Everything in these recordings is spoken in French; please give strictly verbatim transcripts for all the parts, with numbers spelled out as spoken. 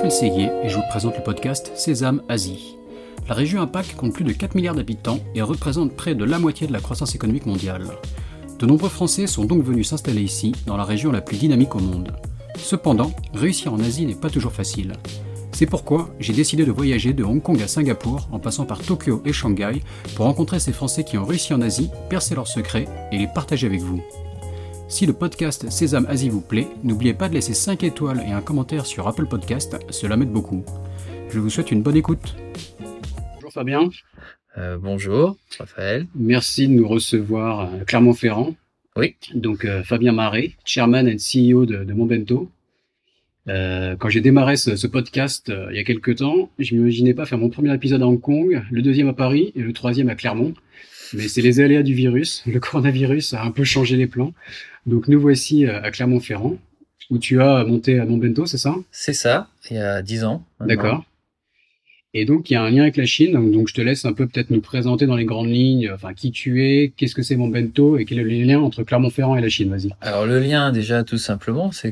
m'appelle Séguier et je vous présente le podcast Sésame Asie. La région APAC compte plus de quatre milliards d'habitants et représente près de la moitié de la croissance économique mondiale. De nombreux Français sont donc venus s'installer ici, dans la région la plus dynamique au monde. Cependant, réussir en Asie n'est pas toujours facile. C'est pourquoi j'ai décidé de voyager de Hong Kong à Singapour en passant par Tokyo et Shanghai pour rencontrer ces Français qui ont réussi en Asie, percer leurs secrets et les partager avec vous. Si le podcast Sésame Asie vous plaît, n'oubliez pas de laisser cinq étoiles et un commentaire sur Apple Podcast, cela m'aide beaucoup. Je vous souhaite une bonne écoute. Bonjour Fabien. Euh, bonjour Raphaël. Merci de nous recevoir à Clermont-Ferrand. Oui. Donc euh, Fabien Marais, Chairman and C E O de, de Monbento. Euh, quand j'ai démarré ce, ce podcast euh, il y a quelques temps, je m'imaginais pas faire mon premier épisode à Hong Kong, le deuxième à Paris et le troisième à Clermont. Mais c'est les aléas du virus. Le coronavirus a un peu changé les plans. Donc nous voici à Clermont-Ferrand, où tu as monté à Monbento, c'est ça ? C'est ça, il y a dix ans. Maintenant. D'accord. Et donc il y a un lien avec la Chine. Donc je te laisse un peu peut-être nous présenter dans les grandes lignes, enfin qui tu es, qu'est-ce que c'est Monbento et quel est le lien entre Clermont-Ferrand et la Chine. Vas-y. Alors le lien déjà tout simplement, c'est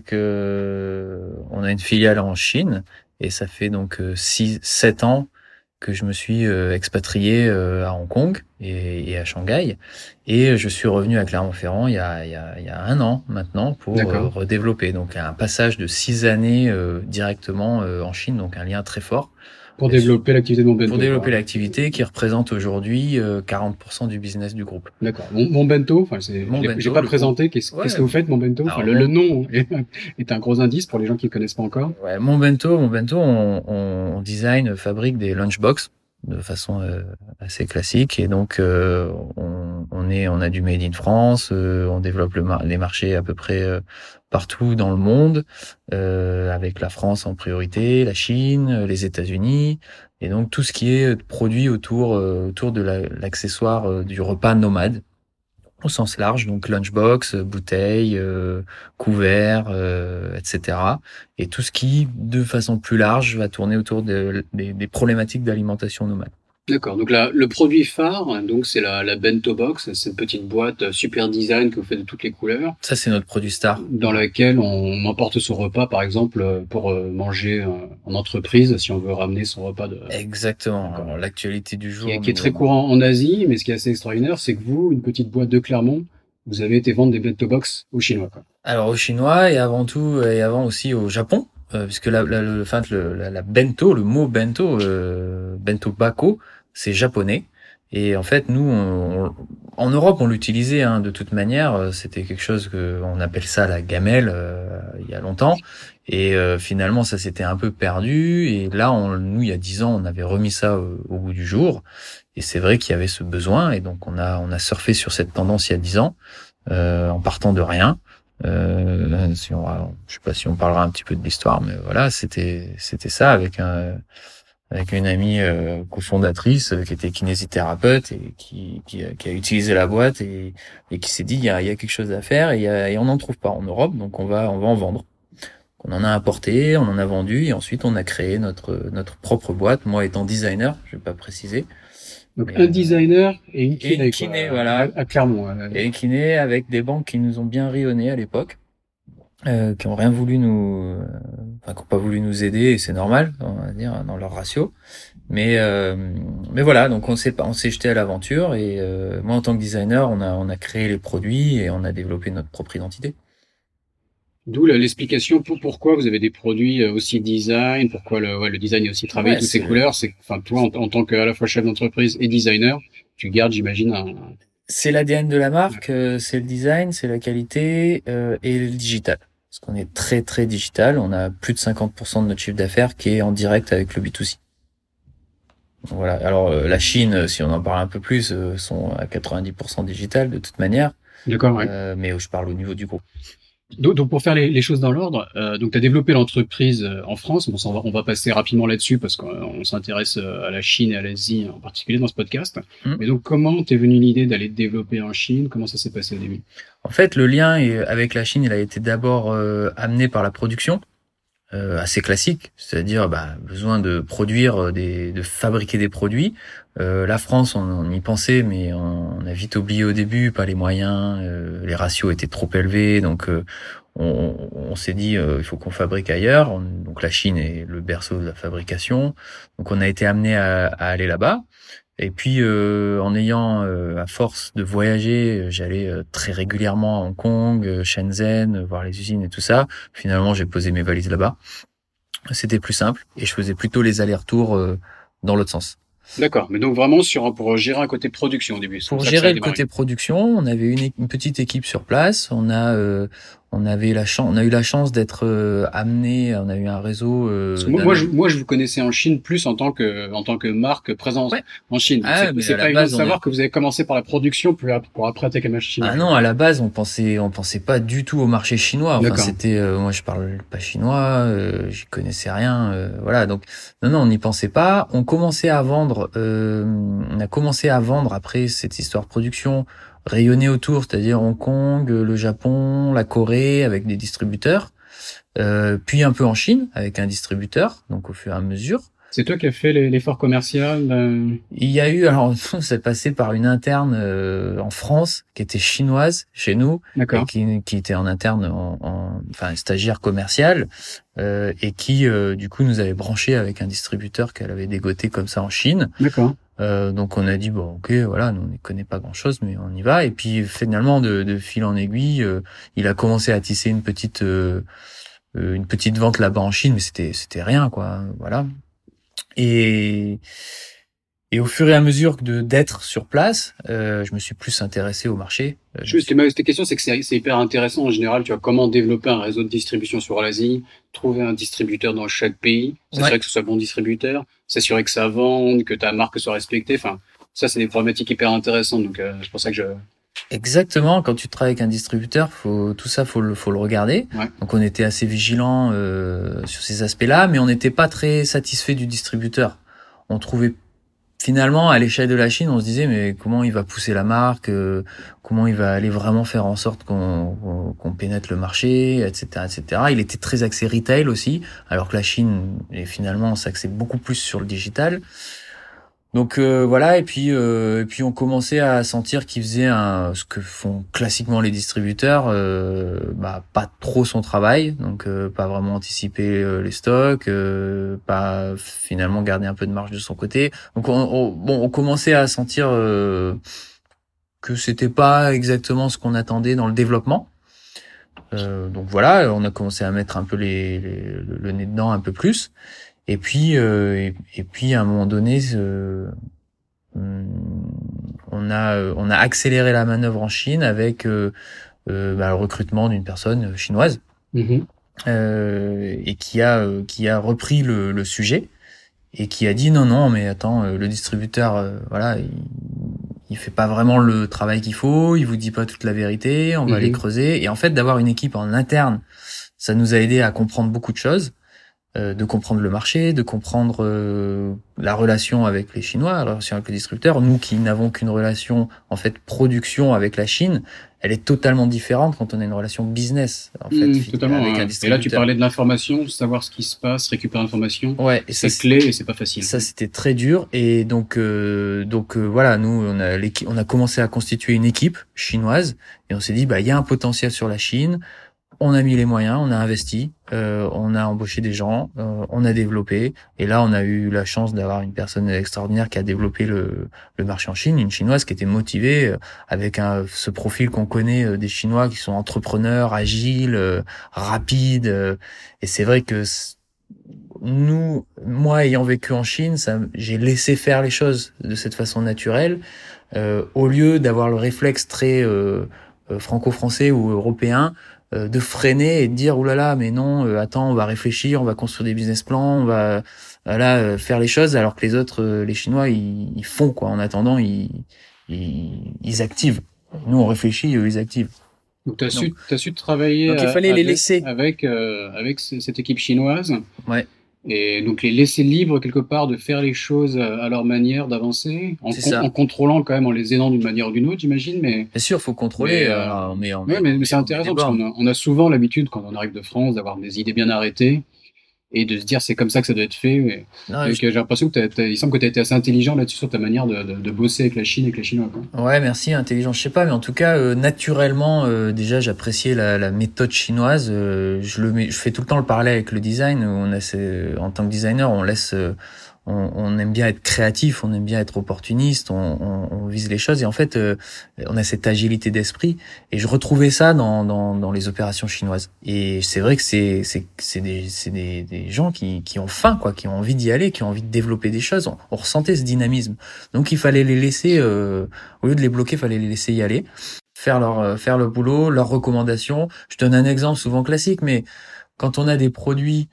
que on a une filiale en Chine et ça fait donc six, sept ans que je me suis euh, expatrié euh, à Hong Kong et, et à Shanghai, et je suis revenu à Clermont-Ferrand il y a, il y a, il y a un an maintenant pour euh, redévelopper. Donc un passage de six années euh, directement euh, en Chine, donc un lien très fort. Pour développer l'activité de Monbento. Pour développer l'activité qui représente aujourd'hui euh, quarante pour cent du business du groupe. D'accord. Monbento, enfin c'est, Monbento, j'ai pas présenté. Qu'est-ce, ouais. qu'est-ce que vous faites, Monbento? Enfin, le, le nom est, est un gros indice pour les gens qui ne connaissent pas encore. Ouais, Monbento, Monbento, on, on, on design, fabrique des lunchbox de façon euh, assez classique, et donc euh, on, on est, on a du made in France, euh, on développe le mar- les marchés à peu près euh, partout dans le monde, euh, avec la France en priorité, la Chine, les États-Unis, et donc tout ce qui est produit autour euh, autour de la, l'accessoire euh, du repas nomade au sens large, donc lunchbox, bouteilles, euh, couverts, euh, et cetera. Et tout ce qui, de façon plus large, va tourner autour de, des, des problématiques d'alimentation nomade. D'accord. Donc là, le produit phare, donc c'est la, la bento box, cette petite boîte super design que vous faites de toutes les couleurs. Ça, c'est notre produit star. Dans laquelle on emporte son repas, par exemple, pour manger en entreprise, si on veut ramener son repas de. Exactement. Alors, l'actualité du jour. Qui est, qui est très courant en Asie, mais ce qui est assez extraordinaire, c'est que vous, une petite boîte de Clermont, vous avez été vendre des bento box aux Chinois, quoi. Alors aux Chinois et avant tout et avant aussi au Japon, euh, puisque la, la, le, enfin, le, la, la bento, le mot bento, euh, bento bako, c'est japonais. Et en fait, nous, on, on, en Europe, on l'utilisait hein, de toute manière. C'était quelque chose que on appelle ça la gamelle euh, il y a longtemps. Et euh, finalement, ça s'était un peu perdu. Et là, on, nous, il y a dix ans, on avait remis ça au, au goût du jour. Et c'est vrai qu'il y avait ce besoin. Et donc, on a on a surfé sur cette tendance il y a dix ans, euh, en partant de rien. Euh, si on, je sais pas si on parlera un petit peu de l'histoire, mais voilà, c'était c'était ça avec un avec une amie euh, cofondatrice euh, qui était kinésithérapeute et qui, qui, qui a utilisé la boîte et, et qui s'est dit il y a, il y a quelque chose à faire et, a, et on n'en trouve pas en Europe, donc on va on va en vendre. On en a importé, on en a vendu et ensuite on a créé notre notre propre boîte. Moi étant designer, je vais pas préciser. Donc mais un designer et une kiné, et une kiné quoi, voilà, à, à Clermont. À... Et une kiné avec des banques qui nous ont bien rayonnés à l'époque. Euh, qui ont rien voulu nous, euh, enfin qui ont pas voulu nous aider, et c'est normal, on va dire, dans leur ratio. Mais euh, mais voilà, donc on s'est on s'est jeté à l'aventure et euh, moi en tant que designer, on a on a créé les produits et on a développé notre propre identité. D'où l'explication pour pourquoi vous avez des produits aussi design, pourquoi le, ouais, le design est aussi travaillé, ouais, toutes ces couleurs. C'est, enfin, toi, en, en tant qu'à la fois chef d'entreprise et designer, tu gardes, j'imagine, un. C'est l'A D N de la marque, ouais. C'est le design, c'est la qualité euh, et le digital. Parce qu'on est très très digital, on a plus de cinquante pour cent de notre chiffre d'affaires qui est en direct avec le B deux C. Voilà. Alors euh, la Chine, si on en parle un peu plus, euh, sont à quatre-vingt-dix pour cent digital de toute manière. D'accord, ouais. Euh, mais je parle au niveau du groupe. Donc, donc pour faire les, les choses dans l'ordre, euh, donc tu as développé l'entreprise euh, en France. Bon, ça, on, va, on va passer rapidement là-dessus parce qu'on on s'intéresse à la Chine et à l'Asie en particulier dans ce podcast. Mmh. Mais donc comment t'es venue l'idée d'aller te développer en Chine? Comment ça s'est passé au début? En fait, le lien avec la Chine, il a été d'abord euh, amené par la production. Euh, assez classique, c'est-à-dire bah, besoin de produire, des, de fabriquer des produits. Euh, la France, on, on y pensait, mais on, on a vite oublié au début, pas les moyens, euh, les ratios étaient trop élevés, donc euh, on, on s'est dit euh, il faut qu'on fabrique ailleurs. On, donc la Chine est le berceau de la fabrication. Donc on a été amené à, à aller là-bas. Et puis euh, en ayant euh, à force de voyager, j'allais euh, très régulièrement à Hong Kong, euh, Shenzhen, voir les usines et tout ça. Finalement, j'ai posé mes valises là-bas. C'était plus simple et je faisais plutôt les allers-retours euh, dans l'autre sens. D'accord, mais donc vraiment sur pour gérer un côté production au début. Pour gérer le côté production, on avait une, une petite équipe sur place. On a, euh, on avait la chance, on a eu la chance d'être euh, amené. On a eu un réseau. Euh, moi, moi, je, moi, je vous connaissais en Chine plus en tant que, en tant que marque présente ouais. en Chine. Ah, c'est c'est pas évident de savoir est... que vous avez commencé par la production pour, pour après attaquer la Chine. Ah non, à la base, on pensait, on pensait pas du tout au marché chinois. Enfin, c'était, euh, moi, je parle pas chinois, euh, j'y connaissais rien. Euh, voilà, donc non, non, on n'y pensait pas. On commençait à vendre. Euh, on a commencé à vendre après cette histoire de production. Rayonner autour, c'est-à-dire Hong Kong, le Japon, la Corée, avec des distributeurs, euh, puis un peu en Chine avec un distributeur, donc au fur et à mesure. C'est toi qui as fait l'effort commercial euh... Il y a eu, alors c'est passé par une interne euh, en France qui était chinoise chez nous, et qui, qui était en interne, en, en enfin stagiaire commercial, euh, et qui euh, du coup nous avait branché avec un distributeur qu'elle avait dégoté comme ça en Chine. D'accord. Euh, donc on a dit bon ok voilà, nous on ne connaît pas grand chose mais on y va, et puis finalement de, de fil en aiguille euh, il a commencé à tisser une petite euh, une petite vente là-bas en Chine, mais c'était c'était rien quoi, voilà. Et et au fur et à mesure de d'être sur place, euh, je me suis plus intéressé au marché. Euh, Juste, ma question, c'est que c'est, c'est hyper intéressant en général. Tu vois, comment développer un réseau de distribution sur l'Asie, trouver un distributeur dans chaque pays, s'assurer ouais. que ce soit bon distributeur, s'assurer que ça vende, que ta marque soit respectée. Enfin, ça, c'est des problématiques hyper intéressantes. Donc, euh, c'est pour ça que je. Exactement. Quand tu travailles avec un distributeur, faut tout ça, faut le, faut le regarder. Ouais. Donc, on était assez vigilants euh, sur ces aspects-là, mais on n'était pas très satisfait du distributeur. On trouvait finalement, à l'échelle de la Chine, on se disait mais comment il va pousser la marque, euh, comment il va aller vraiment faire en sorte qu'on, qu'on, qu'on pénètre le marché, et cetera, et cetera. Il était très axé retail aussi, alors que la Chine, et finalement, s'axait beaucoup plus sur le digital. Donc euh, voilà, et puis euh, et puis on commençait à sentir qu'il faisait un, ce que font classiquement les distributeurs, euh, bah pas trop son travail, donc euh, pas vraiment anticiper euh, les stocks, euh, pas finalement garder un peu de marge de son côté. Donc on, on bon on commençait à sentir euh, que c'était pas exactement ce qu'on attendait dans le développement. Euh, donc voilà, on a commencé à mettre un peu les, les le, le nez dedans un peu plus. Et puis, euh, et, et puis à un moment donné, euh, on a on a accéléré la manœuvre en Chine avec euh, euh, bah, le recrutement d'une personne chinoise mmh. euh, et qui a euh, qui a repris le, le sujet et qui a dit non non mais attends, le distributeur euh, voilà il, il fait pas vraiment le travail qu'il faut, il vous dit pas toute la vérité, on va mmh. aller creuser. Et en fait, d'avoir une équipe en interne, ça nous a aidé à comprendre beaucoup de choses. De comprendre le marché, de comprendre euh, la relation avec les Chinois, la relation avec les distributeurs. Nous qui n'avons qu'une relation en fait production avec la Chine, elle est totalement différente quand on a une relation business en fait mmh, totalement, avec ouais. un distributeur. Et là tu parlais de l'information, savoir ce qui se passe, récupérer l'information. Ouais, et c'est ça, clé et c'est pas facile. Ça c'était très dur et donc euh, donc euh, voilà, nous on a l'équipe, on a commencé à constituer une équipe chinoise et on s'est dit bah il y a un potentiel sur la Chine. On a mis les moyens, on a investi, euh, on a embauché des gens, euh, on a développé. Et là, on a eu la chance d'avoir une personne extraordinaire qui a développé le, le marché en Chine, une Chinoise qui était motivée, euh, avec un, ce profil qu'on connaît euh, des Chinois qui sont entrepreneurs, agiles, euh, rapides. Euh, et c'est vrai que nous, moi ayant vécu en Chine, ça, j'ai laissé faire les choses de cette façon naturelle, euh, au lieu d'avoir le réflexe très euh, euh, franco-français ou européen, de freiner et de dire oulala là là, mais non euh, attends on va réfléchir, on va construire des business plans, on va voilà euh, faire les choses, alors que les autres euh, les Chinois ils, ils font quoi, en attendant ils, ils ils activent, nous on réfléchit, eux ils activent. Donc t'as su t'as su travailler donc il fallait avec, les laisser avec euh, avec cette équipe chinoise. Ouais. Et donc les laisser libres quelque part de faire les choses à leur manière, d'avancer, en, con- en contrôlant quand même, en les aidant d'une manière ou d'une autre, j'imagine. Mais bien sûr, faut contrôler. Mais, euh, mais, ouais, mais, mais c'est intéressant parce qu'on a, on a souvent l'habitude quand on arrive de France d'avoir des idées bien arrêtées et de se dire c'est comme ça que ça doit être fait. Et, Non, et je- que j'ai l'impression que t'as, t'as- il semble que tu as été assez intelligent là-dessus sur ta manière de, de, de bosser avec la Chine et avec les Chinois, quoi. Ouais, merci, intelligent, je sais pas, mais en tout cas, euh, naturellement, euh, déjà, j'appréciais la, la méthode chinoise. Euh, je le mets, je fais tout le temps le parallèle avec le design. Où on a, ces- en tant que designer, on laisse, euh, on, on aime bien être créatif, on aime bien être opportuniste, on, on, on vise les choses. Et en fait, euh, on a cette agilité d'esprit. Et je retrouvais ça dans, dans, dans les opérations chinoises. Et c'est vrai que c'est, c'est, c'est des, c'est des, des gens qui, qui ont faim, quoi, qui ont envie d'y aller, qui ont envie de développer des choses. On, on ressentait ce dynamisme. Donc, il fallait les laisser. Euh, au lieu de les bloquer, fallait les laisser y aller, faire leur euh, faire le boulot, leurs recommandations. Je donne un exemple souvent classique, mais quand on a des produits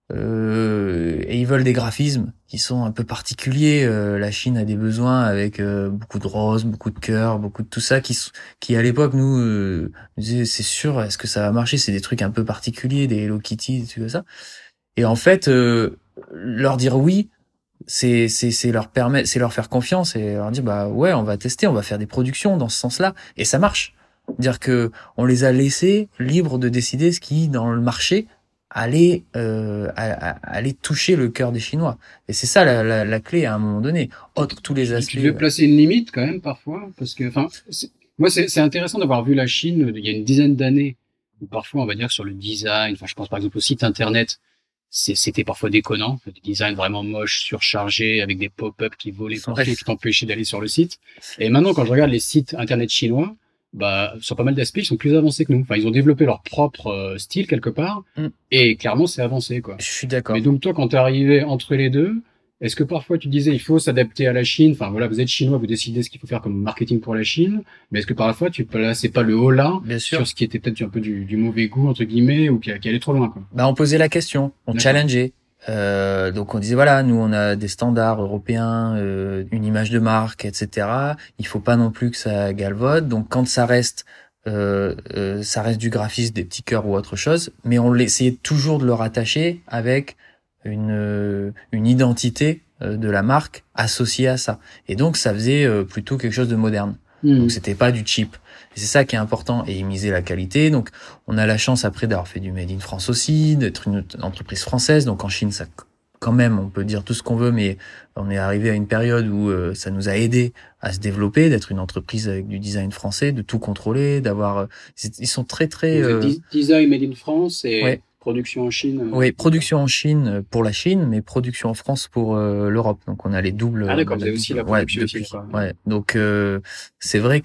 euh, et ils veulent des graphismes qui sont un peu particuliers, euh, la Chine a des besoins avec euh, beaucoup de roses, beaucoup de cœurs, beaucoup de tout ça qui s- qui à l'époque nous euh, disaient c'est sûr, est-ce que ça va marcher? C'est des trucs un peu particuliers, des Hello Kitty, des trucs comme ça. Et en fait, euh, leur dire oui, c'est c'est c'est leur permettre, c'est leur faire confiance et leur dire bah ouais, on va tester, on va faire des productions dans ce sens-là et ça marche. Dire que on les a laissés libres de décider ce qui dans le marché allait euh, a- a- allait toucher le cœur des Chinois. Et c'est ça la, la la clé à un moment donné. Autre que tous les Tu, aspects. tu devais placer une limite quand même parfois, parce que, enfin, c'est- moi c'est c'est intéressant d'avoir vu la Chine euh, il y a une dizaine d'années, où parfois on va dire sur le design, enfin je pense par exemple au site internet, c'est- c'était parfois déconnant, des designs vraiment moches, surchargés, avec des pop-up qui volaient partout Ouais. et qui t'empêchaient d'aller sur le site. Et maintenant quand je regarde les sites internet chinois, bah sur pas mal d'aspects ils sont plus avancés que nous. Enfin ils ont développé leur propre euh, style quelque part, Mm. et clairement c'est avancé quoi. Je suis Mais d'accord. donc toi, quand tu es arrivé entre les deux, est-ce que parfois tu disais il faut s'adapter à la Chine? Enfin voilà, vous êtes chinois, vous décidez ce qu'il faut faire comme marketing pour la Chine. Mais est-ce que parfois tu plaçais pas le haut là Bien sûr. sur ce qui était peut-être un peu du, du mauvais goût entre guillemets ou qui, qui allait trop loin quoi? Bah, on posait la question, on D'accord. challengeait. Euh, donc on disait voilà, nous on a des standards européens, euh, une image de marque, et cetera. Il faut pas non plus que ça galvaude. Donc quand ça reste, euh, euh, ça reste du graphisme, des petits cœurs ou autre chose, mais on essayait toujours de le rattacher avec une euh, une identité euh, de la marque associée à ça. Et donc ça faisait euh, plutôt quelque chose de moderne. Hmm. Donc c'était pas du cheap. Et c'est ça qui est important. Et ils misaient la qualité. Donc on a la chance après d'avoir fait du Made in France aussi, d'être une entreprise française. Donc en Chine, ça quand même, on peut dire tout ce qu'on veut, mais on est arrivé à une période où euh, ça nous a aidé à se développer, d'être une entreprise avec du design français, de tout contrôler, d'avoir. euh, Ils sont très très. Vous êtes Euh, dis- design made in France et ouais. production en Chine. euh, Oui, production en Chine pour la Chine, mais production en France pour euh, l'Europe. Donc on a les doubles. Ah d'accord, on a vous avez aussi double- la production ouais, ici, depuis. d'accord. Ouais. Donc euh, c'est vrai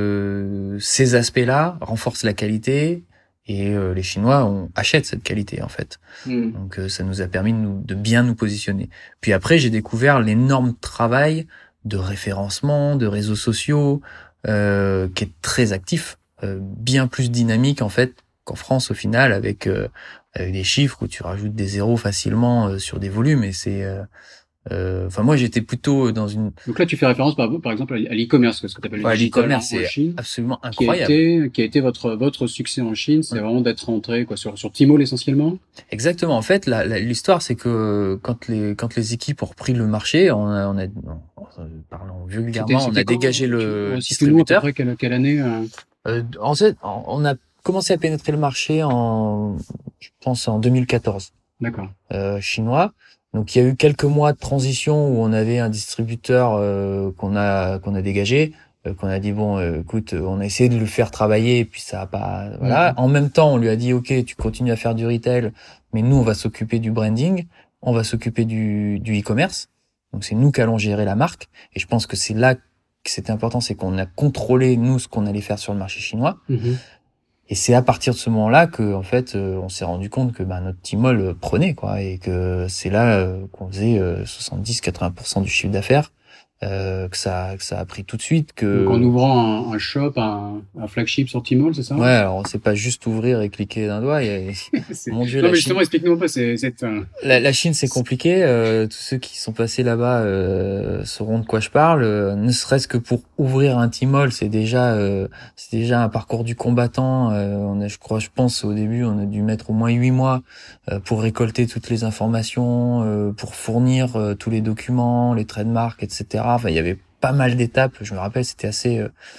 que ces aspects-là renforcent la qualité et euh, les Chinois on achètent cette qualité en fait. Hmm. Donc euh, ça nous a permis de, nous, de bien nous positionner. Puis après j'ai découvert l'énorme travail de référencement, de réseaux sociaux, euh, qui est très actif, euh, bien plus dynamique en fait qu'en France au final avec euh, avec des chiffres où tu rajoutes des zéros facilement euh, sur des volumes et c'est euh, euh, enfin moi j'étais plutôt dans une Donc là tu fais référence par, par exemple à l'e-commerce, ce que tu appelles le ouais, digital en, l'e-commerce en c'est Chine. absolument Qui a incroyable. été, qui a été votre, votre succès en Chine, c'est Ouais. vraiment d'être rentré quoi, sur, sur Tmall essentiellement? Exactement. En fait, la- la- l'histoire, c'est que quand les quand les équipes ont repris le marché, on a, on a on- parlons vulgairement, C'était- on c'était a quand, dégagé tu- le ouais, situe-nous à peu distributeur. près quelle, quelle année euh, Euh, en fait, on a commencé à pénétrer le marché en, je pense, en deux mille quatorze, D'accord. euh, chinois. Donc, il y a eu quelques mois de transition où on avait un distributeur euh, qu'on a qu'on a dégagé, euh, qu'on a dit bon, euh, écoute, on a essayé de le faire travailler et puis ça a pas, voilà. Mhm. En même temps, on lui a dit ok, tu continues à faire du retail, mais nous on va s'occuper du branding, on va s'occuper du du e-commerce. Donc c'est nous qui allons gérer la marque. Et je pense que c'est là que c'était important, c'est qu'on a contrôlé nous ce qu'on allait faire sur le marché chinois. Mhm. Et c'est à partir de ce moment-là que, en fait, euh, on s'est rendu compte que bah, notre Tmall euh, prenait, quoi, et que c'est là euh, qu'on faisait euh, soixante-dix à quatre-vingts pour cent du chiffre d'affaires, euh, que ça, que ça a pris tout de suite. Que Donc en ouvrant un, un shop, un, un flagship sur Tmall, c'est ça? ouais, alors c'est pas juste ouvrir et cliquer d'un doigt. Et... C'est- Mon Dieu, non la mais Chine, justement, explique-nous un peu, c'est, c'est un... la, la Chine, c'est compliqué. Euh, tous ceux qui sont passés là-bas euh, sauront de quoi je parle. Euh, ne serait-ce que pour ouvrir un Tmall, c'est déjà, euh, c'est déjà un parcours du combattant. Euh, on a, je crois, je pense au début, on a dû mettre au moins huit mois euh, pour récolter toutes les informations, euh, pour fournir euh, tous les documents, les trademarks, et cetera. Enfin, il y avait pas mal d'étapes. Je me rappelle, c'était assez, euh,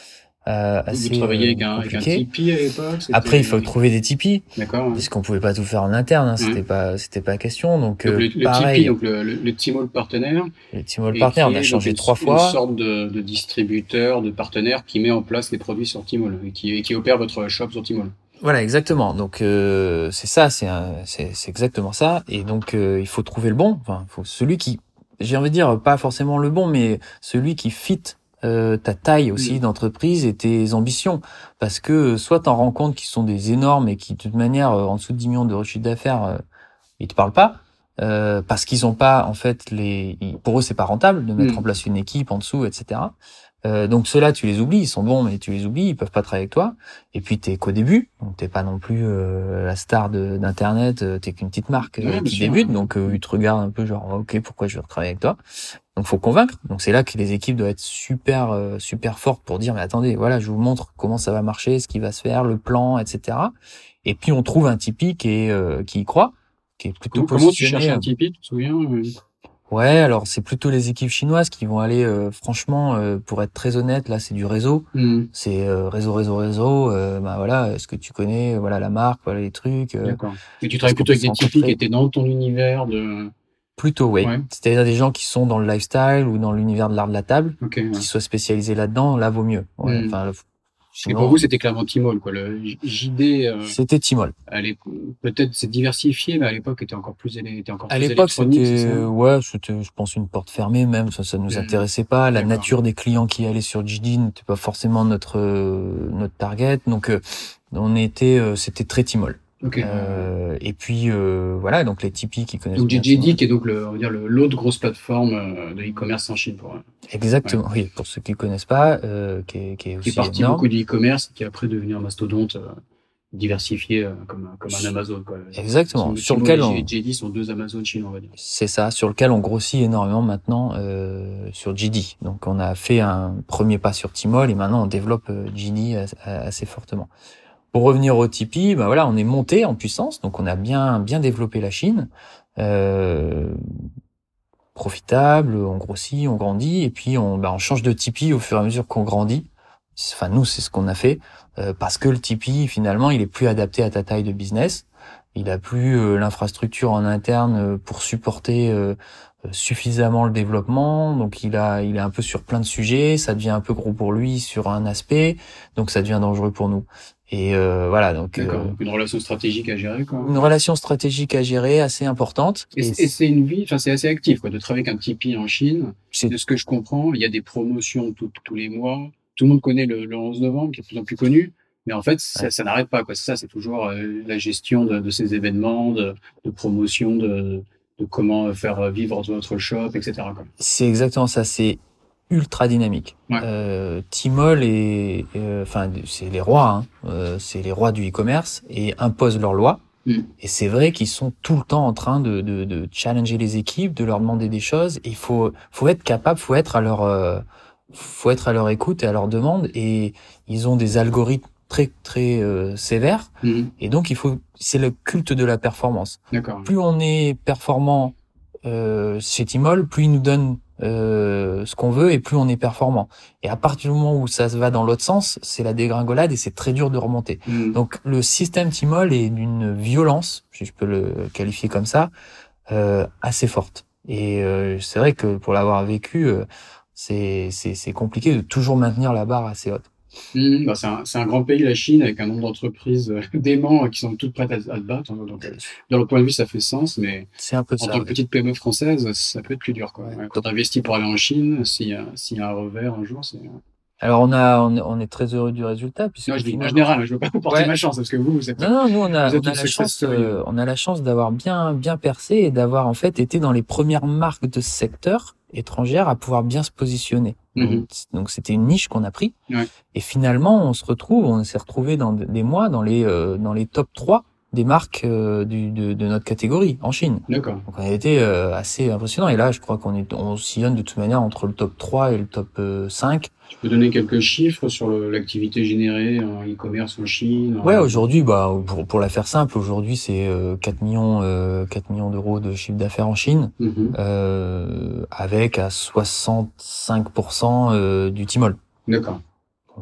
Euh, assez, vous travailliez avec un, compliqué. avec un Tipeee à l'époque. Après, il faut trouver des Tipeee. D'accord. Ouais. Parce qu'on pouvait pas tout faire en interne, hein, c'était ouais. pas, c'était pas question. Donc, donc euh, le, le pareil. Tipeee, donc le, le, le Tmall partenaire. Le Tmall partner, on a changé une, trois une fois. Une sorte de, de distributeur, de partenaire qui met en place les produits sur Tmall et qui, et qui opère votre shop sur Tmall. Voilà, exactement. Donc euh, c'est ça, c'est, un, c'est c'est exactement ça. Et donc euh, il faut trouver le bon. Enfin, faut celui qui, j'ai envie de dire, pas forcément le bon, mais celui qui fit euh, ta taille aussi mmh. d'entreprise et tes ambitions. Parce que soit t'en rends compte qu'ils sont des énormes et qui de toute manière en dessous de dix millions de chiffre d'affaires, euh, ils te parlent pas. Euh, parce qu'ils ont pas en fait les, pour eux c'est pas rentable de mettre mmh. en place une équipe en dessous, et cetera. Euh, donc ceux-là, tu les oublies, ils sont bons, mais tu les oublies, ils peuvent pas travailler avec toi. Et puis t'es qu'au début, donc t'es pas non plus euh, la star de, d'internet, euh, t'es qu'une petite marque euh, ouais, qui sûr, débute, ouais. donc euh, ils te regardent un peu genre ok, pourquoi je veux travailler avec toi. Donc faut convaincre. Donc c'est là que les équipes doivent être super euh, super fortes pour dire mais attendez, voilà, je vous montre comment ça va marcher, ce qui va se faire, le plan, et cetera. Et puis on trouve un Tipeee qui est euh, qui y croit, qui est plutôt comment, positionné. Comment tu cherches un Tipeee, tu te souviens? Ouais, alors c'est plutôt les équipes chinoises qui vont aller, euh, franchement, euh, pour être très honnête, là c'est du réseau, mmh. c'est euh, réseau, réseau, réseau. Euh, bah voilà, est-ce que tu connais, voilà la marque, voilà les trucs. Euh, D'accord. Et tu travailles plutôt avec des Tipeee qui étaient dans ton univers de. Plutôt, oui. Ouais. C'est-à-dire des gens qui sont dans le lifestyle ou dans l'univers de l'art de la table, okay, ouais. qui soient spécialisés là-dedans. Là, vaut mieux. Ouais, mmh. Enfin. Le... Sinon, et pour vous, c'était clairement Tmall, quoi. Le J D. Euh, c'était Tmall. Peut-être c'est diversifié, mais à l'époque, était encore plus, était encore à plus l'époque, c'était, ouais, c'était, je pense, une porte fermée même. Ça, ça nous mmh. intéressait pas. La D'accord. nature des clients qui allaient sur J D n'était pas forcément notre euh, notre target. Donc, euh, on était, euh, c'était très Tmall. Okay. Euh, et puis euh, voilà, donc les Tipeee qui connaissent. Donc J D qui est donc le, on va dire le, l'autre grosse plateforme euh, de e-commerce en Chine pour. Exactement. Ouais. Oui, pour ceux qui connaissent pas, euh, qui est qui est aussi qui est parti énorme. beaucoup du e-commerce et qui est après devenu un mastodonte euh, diversifié euh, comme comme un Amazon quoi. Exactement. Sur, sur lequel et on. J D sont deux Amazon chinois on va dire. C'est ça, sur lequel on grossit énormément maintenant euh, sur J D. Donc on a fait un premier pas sur Tmall et maintenant on développe euh, J D assez, assez fortement. Pour revenir au Tipeee, ben voilà, on est monté en puissance, donc on a bien bien développé la Chine, euh, profitable, on grossit, on grandit, et puis on ben on change de Tipeee au fur et à mesure qu'on grandit. Enfin nous c'est ce qu'on a fait euh, parce que le Tipeee finalement il est plus adapté à ta taille de business, il a plus euh, l'infrastructure en interne pour supporter euh, suffisamment le développement, donc il a il est un peu sur plein de sujets, ça devient un peu gros pour lui sur un aspect, donc ça devient dangereux pour nous. Et euh, voilà, donc D'accord, euh, une relation stratégique à gérer, quoi. Une relation stratégique à gérer assez importante. Et, et, et c'est une vie, enfin c'est assez actif, quoi, de travailler avec un Tipeee en Chine. C'est... De ce que je comprends, il y a des promotions tout, tous les mois. Tout le monde connaît le, le onze novembre, qui est de plus en plus connu. Mais en fait, ça, ouais. ça n'arrête pas, quoi. C'est ça, c'est toujours euh, la gestion de, de ces événements, de, de promotion, de, de comment faire vivre votre shop, et cetera, quoi. C'est exactement ça. C'est ultra dynamique. Ouais. Euh, Tmall est, enfin, euh, c'est les rois, hein, euh, c'est les rois du e-commerce et imposent leurs lois. Mm. Et c'est vrai qu'ils sont tout le temps en train de, de, de challenger les équipes, de leur demander des choses. Il faut, faut être capable, faut être à leur, euh, faut être à leur écoute et à leur demande. Et ils ont des algorithmes très très euh, sévères. Mm. Et donc il faut, c'est le culte de la performance. D'accord. Plus on est performant euh, chez Tmall, plus ils nous donnent Euh, ce qu'on veut et plus on est performant. Et à partir du moment où ça se va dans l'autre sens, c'est la dégringolade et c'est très dur de remonter. Mmh. Donc le système Tmall est d'une violence, si je peux le qualifier comme ça, euh, assez forte. Et euh, c'est vrai que pour l'avoir vécu, euh, c'est, c'est, c'est compliqué de toujours maintenir la barre assez haute. Mmh, bah c'est, un, c'est un grand pays, la Chine, avec un nombre d'entreprises euh, déments qui sont toutes prêtes à, à te battre. Donc, euh, dans le point de vue, ça fait sens, mais c'est un peu en ça, tant que ouais. petite P M E française, ça peut être plus dur, quoi. Ouais. Quand tu investis pour aller en Chine, s'il y a, s'il y a un revers un jour, c'est... Alors on a, on est, on est très heureux du résultat. Puisque non, je dis finalement... en général, je veux pas vous porter ouais. ma chance parce que vous, vous êtes. Non, non, nous on a, on a la chance, euh, on a la chance d'avoir bien, bien percé et d'avoir en fait été dans les premières marques de ce secteur étrangères à pouvoir bien se positionner. Mm-hmm. Donc, donc c'était une niche qu'on a pris. Ouais. Et finalement, on se retrouve, on s'est retrouvé dans des mois dans les, euh, dans les top trois des marques euh, du, de, de notre catégorie en Chine. D'accord. Donc on a été euh, assez impressionnant. Et là, je crois qu'on est, on sillonne de toute manière entre le top trois et le top euh, cinq. Tu peux donner quelques chiffres sur le, l'activité générée en e-commerce en Chine? En... Ouais, aujourd'hui, bah, pour, pour la faire simple, aujourd'hui, c'est euh, quatre millions, euh, quatre millions d'euros de chiffre d'affaires en Chine, mm-hmm. euh, avec à soixante-cinq pour cent euh, du Tmall. D'accord. Donc, euh,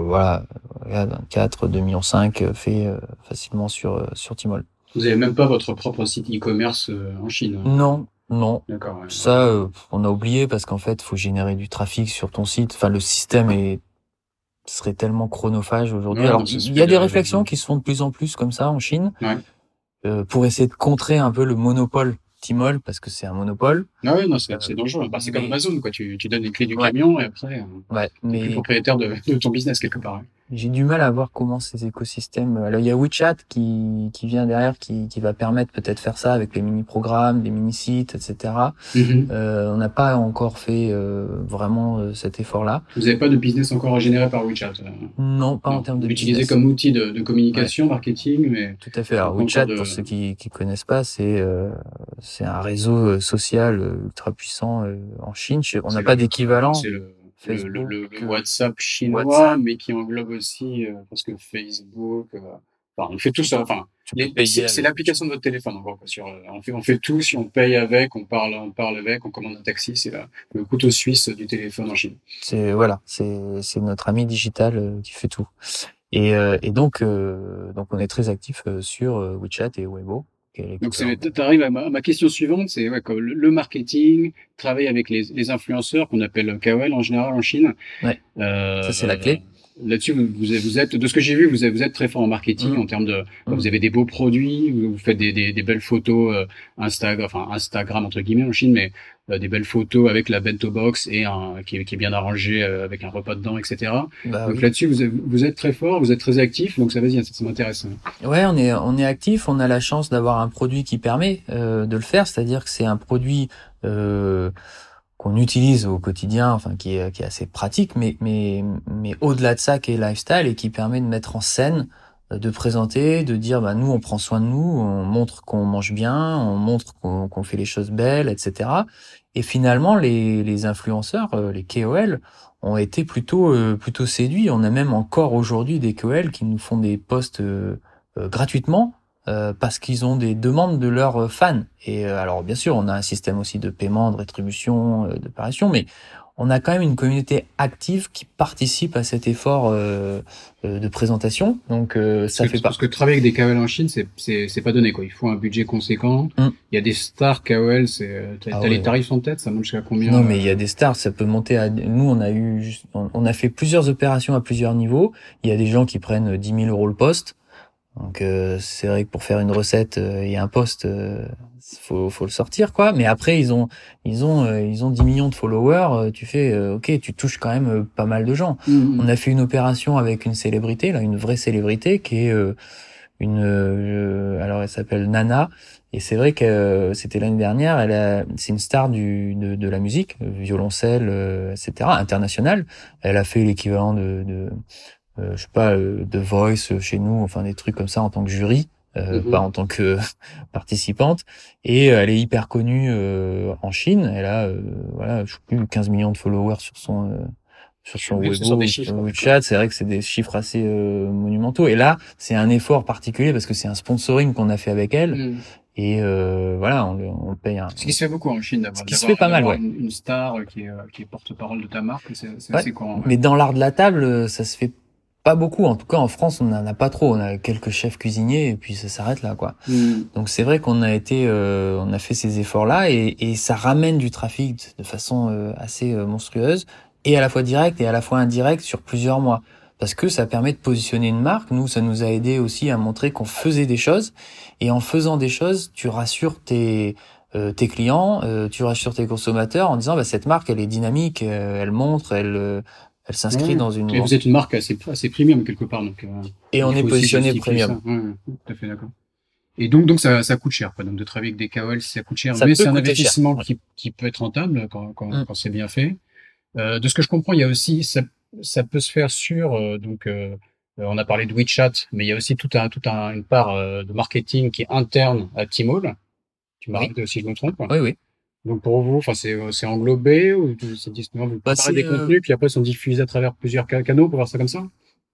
voilà, regarde, quatre, deux virgule cinq millions fait euh, facilement sur euh, sur Tmall. Vous avez même pas votre propre site e-commerce euh, en Chine? Non, non. D'accord. Ouais, ça, euh, on a oublié parce qu'en fait, faut générer du trafic sur ton site. Enfin, le système est serait tellement chronophage aujourd'hui. Ouais, Alors, non, c'est il y a des super, réflexions ouais. qui se font de plus en plus comme ça en Chine, Ouais. euh, pour essayer de contrer un peu le monopole Tmall parce que c'est un monopole. Ah ouais, non, c'est, Euh, c'est dangereux. Bah, c'est mais- comme Amazon, quoi. Tu, tu donnes les clés du Ouais. camion et après, euh, Ouais, t'es plus mais propriétaire de, de ton business quelque part. Ouais. j'ai du mal à voir comment ces écosystèmes. Alors il y a WeChat qui qui vient derrière, qui qui va permettre peut-être de faire ça avec les mini-programmes, les mini-sites, et cetera. Mm-hmm. Euh, on n'a pas encore fait euh, vraiment euh, cet effort-là. Vous n'avez pas de business encore à générer par WeChat? euh, Non, pas non. en termes de Vous l'utilisez business. comme outil de, de communication, ouais. Marketing, mais tout à fait. Alors pas WeChat, encore de... pour ceux qui qui connaissent pas, c'est euh, c'est un réseau social ultra puissant euh, en Chine. On n'a pas le, d'équivalent. C'est le, Facebook, le, le, le WhatsApp chinois, WhatsApp. mais qui englobe aussi euh, parce que Facebook. Euh, enfin, on fait tout ça. Enfin, les, c'est, c'est l'application de votre téléphone. En gros, quoi, sur, on fait, on fait tout. Si on paye avec, on parle, on parle avec, on commande un taxi. C'est la, le couteau suisse du téléphone en Chine. C'est voilà, c'est c'est notre ami digital euh, qui fait tout. Et euh, et donc euh, donc on est très actif euh, sur euh, WeChat et Weibo. Donc, tu arrives à ma, à ma question suivante, c'est ouais, le, le marketing, travailler avec les, les influenceurs qu'on appelle K O L en général en Chine. Ouais. Euh, ça c'est la clé. Là-dessus, vous, vous êtes, de ce que j'ai vu, vous êtes, vous êtes très fort en marketing mmh. en termes de, mmh. vous avez des beaux produits, vous, vous faites des, des, des belles photos euh, Instagram, enfin Instagram entre guillemets en Chine, mais euh, des belles photos avec la bento box et un qui est, qui est bien arrangé euh, avec un repas dedans, et cetera. Bah, donc oui. là-dessus, vous, êtes, vous êtes très fort, vous êtes très actif, donc ça vas-y, ça, ça m'intéresse. Ouais, on est on est actif, on a la chance d'avoir un produit qui permet euh, de le faire, c'est-à-dire que c'est un produit euh, qu'on utilise au quotidien, enfin qui est qui est assez pratique, mais mais mais au-delà de ça, qui est lifestyle et qui permet de mettre en scène, de présenter, de dire bah nous on prend soin de nous, on montre qu'on mange bien, on montre qu'on qu'on fait les choses belles, et cetera. Et finalement les les influenceurs, les K O L ont été plutôt euh, plutôt séduits. On a même encore aujourd'hui des K O L qui nous font des posts euh, euh, gratuitement. Euh, parce qu'ils ont des demandes de leurs fans. Et euh, alors bien sûr, on a un système aussi de paiement, de rétribution, euh, de parution, mais on a quand même une communauté active qui participe à cet effort euh, euh, de présentation. Donc euh, ça parce fait que, pas. Parce que travailler avec des K O L en Chine, c'est c'est c'est pas donné quoi. Il faut un budget conséquent. Mm. Il y a des stars K O L, c'est t'as, ah, t'as ouais. les tarifs en tête, ça monte jusqu'à combien? Non, mais il y a des stars, ça peut monter à. Nous, on a eu, juste... on a fait plusieurs opérations à plusieurs niveaux. Il y a des gens qui prennent dix mille euros le poste. Donc euh, c'est vrai que pour faire une recette euh, et un post, euh, faut faut le sortir quoi. Mais après ils ont ils ont euh, ils ont dix millions de followers. Euh, tu fais euh, ok, tu touches quand même euh, pas mal de gens. Mmh. On a fait une opération avec une célébrité là, une vraie célébrité qui est euh, une euh, alors elle s'appelle Nana et c'est vrai que euh, c'était l'année dernière. Elle a, c'est une star du de, de la musique, violoncelle, euh, et cetera internationale. Elle a fait l'équivalent de, de Euh, je sais pas, euh, The Voice euh, chez nous, enfin des trucs comme ça en tant que jury, euh, mm-hmm. pas en tant que participante. Et euh, elle est hyper connue euh, en Chine. Elle a, euh, voilà, je sais plus, quinze millions de followers sur son euh, sur son Weibo, sur WeChat. C'est vrai que c'est des chiffres assez euh, monumentaux. Et là, c'est un effort particulier parce que c'est un sponsoring qu'on a fait avec elle. Mm. Et euh, voilà, on le, on le paye un. Ce qui se fait beaucoup en Chine, d'avoir, Ce qui se fait pas mal, ouais. Une, une star qui est, qui est porte-parole de ta marque, c'est, c'est ouais. assez courant. Ouais. Mais dans l'art de la table, ça se fait pas beaucoup. En tout cas, en France, on n'en a pas trop. On a quelques chefs cuisiniers et puis ça s'arrête là, quoi. Mm. Donc c'est vrai qu'on a été, euh, on a fait ces efforts-là et, et ça ramène du trafic de façon euh, assez euh, monstrueuse et à la fois direct et à la fois indirect sur plusieurs mois. Parce que ça permet de positionner une marque. Nous, ça nous a aidé aussi à montrer qu'on faisait des choses. Et en faisant des choses, tu rassures tes euh, tes clients, euh, tu rassures tes consommateurs en disant bah cette marque, elle est dynamique, euh, elle montre, elle euh, elle s'inscrit ouais, dans une. Et vous êtes une marque assez assez premium quelque part, donc. Euh, et on est positionné premium. Ouais, ouais, tout à fait d'accord. Et donc donc ça ça coûte cher, quoi. Donc de travailler avec des K O L, ça coûte cher, ça mais c'est un investissement cher, qui ouais. qui peut être rentable quand quand, mm. quand c'est bien fait. Euh, de ce que je comprends, il y a aussi ça ça peut se faire sur euh, donc. Euh, on a parlé de WeChat, mais il y a aussi tout un, tout un, une part euh, de marketing qui est interne à Tmall. Tu m'arrêtes oui. si je me trompe. Oui, oui. Donc pour vous, enfin c'est, c'est englobé ou c'est disponible. Vous préparez bah, des euh... contenus puis après ils sont diffusés à travers plusieurs canaux pour voir ça comme ça.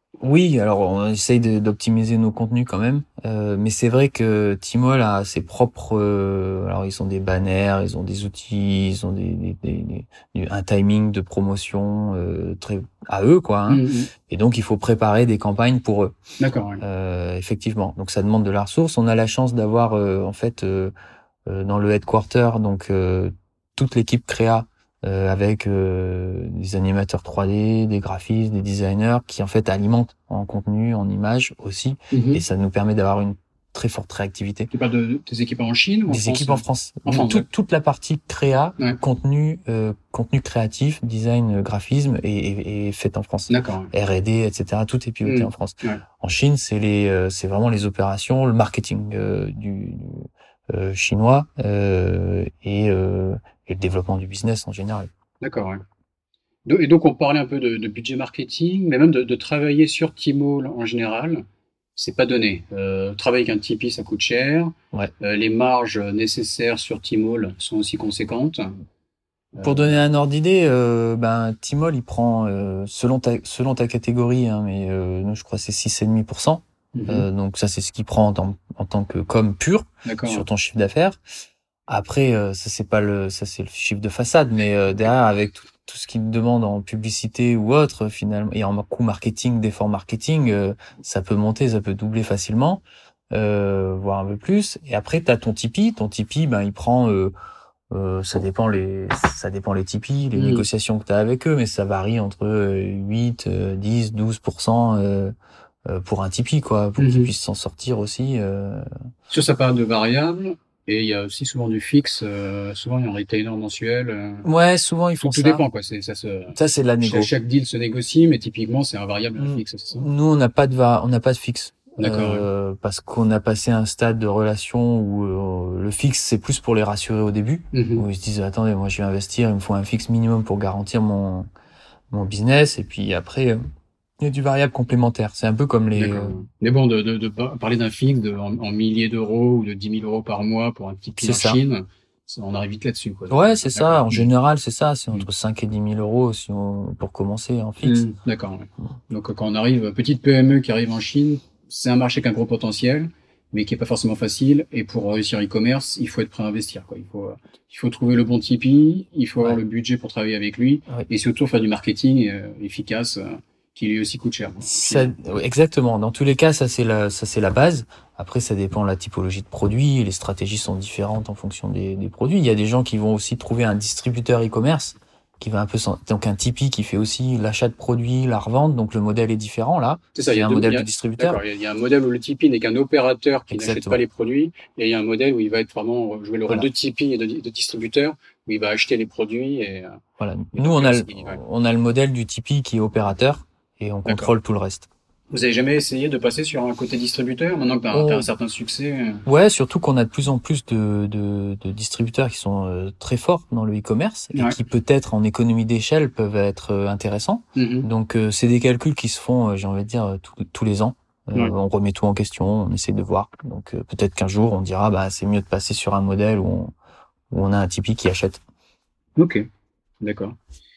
Oui, alors on essaye de- d'optimiser nos contenus quand même, euh, mais c'est vrai que Tmall a ses propres. Euh, alors ils ont des banners, ils ont des outils, ils ont des, des- des- des- un timing de promotion euh, très à eux quoi. Hein. Mhm. Et donc il faut préparer des campagnes pour eux. D'accord, oui. Euh, effectivement. Donc ça demande de la ressource. On a la chance d'avoir euh, en fait euh, euh, dans le headquarter donc euh, toute l'équipe créa euh, avec euh, des animateurs trois D, des graphistes, des designers qui en fait alimentent en contenu, en images aussi, et Mhm. ça nous permet d'avoir une très forte réactivité. Tu parles de tes équipes en Chine ou en Des France? équipes en France, En France, toute, ouais. toute la partie créa, Ouais. contenu, euh, contenu créatif, design, euh, graphisme et, et, et fait en France. D'accord. Ouais. R et D, et cetera. Tout est piloté Mhm. en France. Ouais. En Chine, c'est les, euh, c'est vraiment les opérations, le marketing euh, du, du euh, chinois euh, et, euh, et le développement du business en général. D'accord, ouais. Do- Et donc, on parlait un peu de, de budget marketing, mais même de, de travailler sur Tmall en général, c'est pas donné. Euh, travailler avec un Tipeee, ça coûte cher. Ouais. Euh, les marges nécessaires sur Tmall sont aussi conséquentes. Pour Euh, donner un ordre d'idée, euh, ben Tmall il prend euh, selon ta selon ta catégorie, hein, mais euh, nous je crois que c'est six virgule cinq pour cent. mhm. Euh, donc ça c'est ce qu'il prend en, en tant que com pur D'accord. sur ton chiffre d'affaires. Après euh, ça c'est pas le ça c'est le chiffre de façade, mais euh, derrière avec tout, tout ce qu'il demande en publicité ou autre finalement et en coût marketing, d'effort marketing, euh, ça peut monter, ça peut doubler facilement, euh, voire un peu plus. Et après t'as ton Tipeee, ton Tipeee ben il prend euh, euh, ça dépend les ça dépend les Tipeee, les Mhm. négociations que tu as avec eux, mais ça varie entre euh, huit, euh, dix, douze pour cent euh, euh, pour un Tipeee quoi, pour qu'ils Mhm. puissent s'en sortir aussi. Euh... Sur sa part de variable, et il y a aussi souvent du fixe, euh, souvent il y a un retainer mensuel. euh, Ouais, souvent ils tout, font tout ça. dépend, quoi. C'est, ça se, Ça c'est de la chaque, négo. chaque deal se négocie, mais typiquement, c'est un variable et un Mm. fixe, c'est ça? Nous on n'a pas de va... on n'a pas de fixe. D'accord, ouais. Euh, parce qu'on a passé un stade de relation où euh, le fixe c'est plus pour les rassurer au début, Mhm. où ils se disent attendez moi je vais investir, il me faut un fixe minimum pour garantir mon mon business, et puis après euh, il y a du variable complémentaire. C'est un peu comme les D'accord. euh, Ouais. Mais bon, de, de, de par- parler d'un fixe de, en, en milliers d'euros ou de dix mille euros par mois pour un petit pied c'est en ça. Chine, ça, on arrive vite là-dessus, quoi. Ouais, c'est ça. D'accord. En Mm. général, c'est ça. C'est Mm. entre cinq et dix mille euros si on, pour commencer en fixe. Mm. D'accord. Ouais. Donc, quand on arrive, petite P M E qui arrive en Chine, c'est un marché qui a un gros potentiel, mais qui est pas forcément facile. Et pour réussir e-commerce, il faut être prêt à investir, quoi. Il faut, euh, il faut trouver le bon Tipeee, il faut avoir Ouais. le budget pour travailler avec lui, Ouais. et surtout faire du marketing euh, efficace, euh, qui lui aussi coûte cher. Ça, ouais, exactement. Dans tous les cas, ça c'est la, ça c'est la base. Après, ça dépend de la typologie de produit. Les stratégies sont différentes en fonction des, des produits. Il y a des gens qui vont aussi trouver un distributeur e-commerce qui va un peu s'en- donc un Tipeee qui fait aussi l'achat de produits, la revente. Donc le modèle est différent là. C'est ça, il y C'est a un deux- modèle il y a- de distributeur. D'accord, il y a- il y a un modèle où le Tipeee n'est qu'un opérateur qui n'achète Exactement. pas les produits, et il y a un modèle où il va être vraiment jouer le rôle Voilà. de Tipeee et de, de distributeur, où il va acheter les produits et euh, Voilà. Et Nous, on a, le, donc, ouais. on a le modèle du Tipeee qui est opérateur et on contrôle tout le reste. vous avez jamais essayé de passer sur un côté distributeur maintenant que tu as Oh. un certain succès? euh, Ouais, surtout qu'on a de plus en plus de, de, de distributeurs qui sont euh, très forts dans le e-commerce et Ouais. qui peut-être en économie d'échelle peuvent être euh, intéressants. mhm. Donc euh, c'est des calculs qui se font, euh, j'ai envie de dire, euh, tous- tous les ans. Euh, Ouais. On remet tout en question, on essaie de voir. Donc euh, peut-être qu'un jour on dira, bah c'est mieux de passer sur un modèle où on, où on a un Tipeee qui achète. Ok, d'accord.